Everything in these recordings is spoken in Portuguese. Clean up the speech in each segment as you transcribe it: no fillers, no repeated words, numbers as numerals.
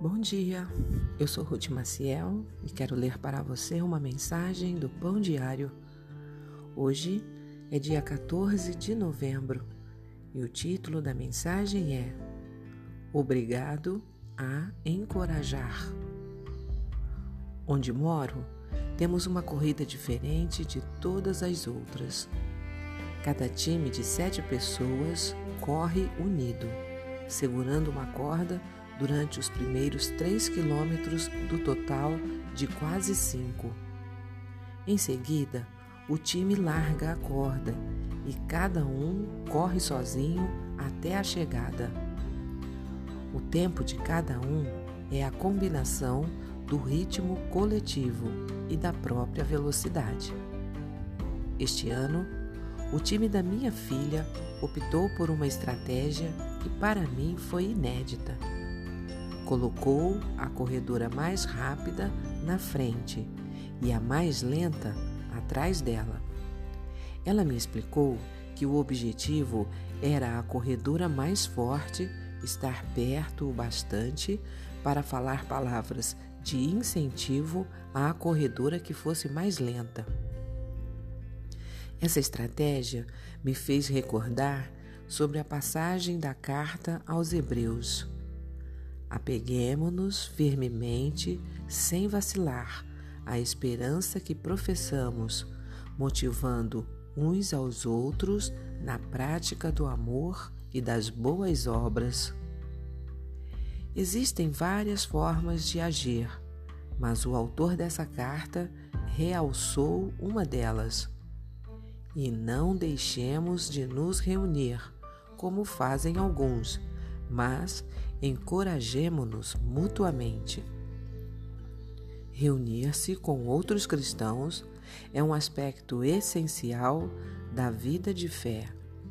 Bom dia, eu sou Ruth Maciel e quero ler para você uma mensagem do Pão Diário. Hoje é dia 14 de novembro e o título da mensagem é Obrigado a encorajar. Onde moro, temos uma corrida diferente de todas as outras. Cada time de 7 pessoas corre unido, segurando uma corda durante os primeiros 3 quilômetros do total de quase 5. Em seguida, o time larga a corda e cada um corre sozinho até a chegada. O tempo de cada um é a combinação do ritmo coletivo e da própria velocidade. Este ano, o time da minha filha optou por uma estratégia que para mim foi inédita. Colocou a corredora mais rápida na frente e a mais lenta atrás dela. Ela me explicou que o objetivo era a corredora mais forte estar perto o bastante para falar palavras de incentivo à corredora que fosse mais lenta. Essa estratégia me fez recordar sobre a passagem da carta aos Hebreus. Apeguemo-nos firmemente, sem vacilar, à esperança que professamos, motivando uns aos outros na prática do amor e das boas obras. Existem várias formas de agir, mas o autor dessa carta realçou uma delas. E não deixemos de nos reunir, como fazem alguns, mas encorajemo-nos mutuamente. Reunir-se com outros cristãos é um aspecto essencial da vida de fé.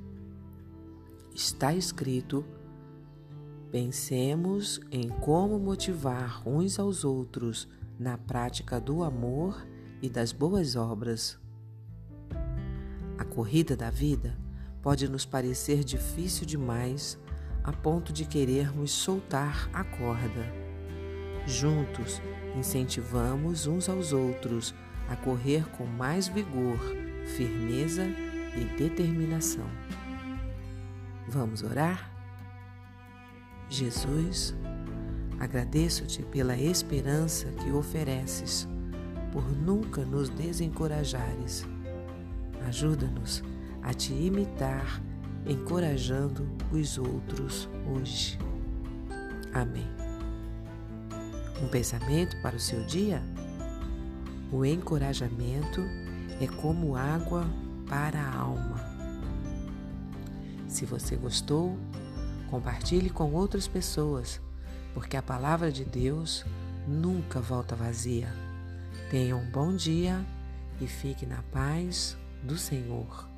Está escrito: pensemos em como motivar uns aos outros na prática do amor e das boas obras. A corrida da vida pode nos parecer difícil demais a ponto de querermos soltar a corda. Juntos, incentivamos uns aos outros a correr com mais vigor, firmeza e determinação. Vamos orar? Jesus, agradeço-te pela esperança que ofereces, por nunca nos desencorajares. Ajuda-nos a te imitar, encorajando os outros hoje. Amém. Um pensamento para o seu dia? O encorajamento é como água para a alma. Se você gostou, compartilhe com outras pessoas, porque a palavra de Deus nunca volta vazia. Tenha um bom dia e fique na paz do Senhor.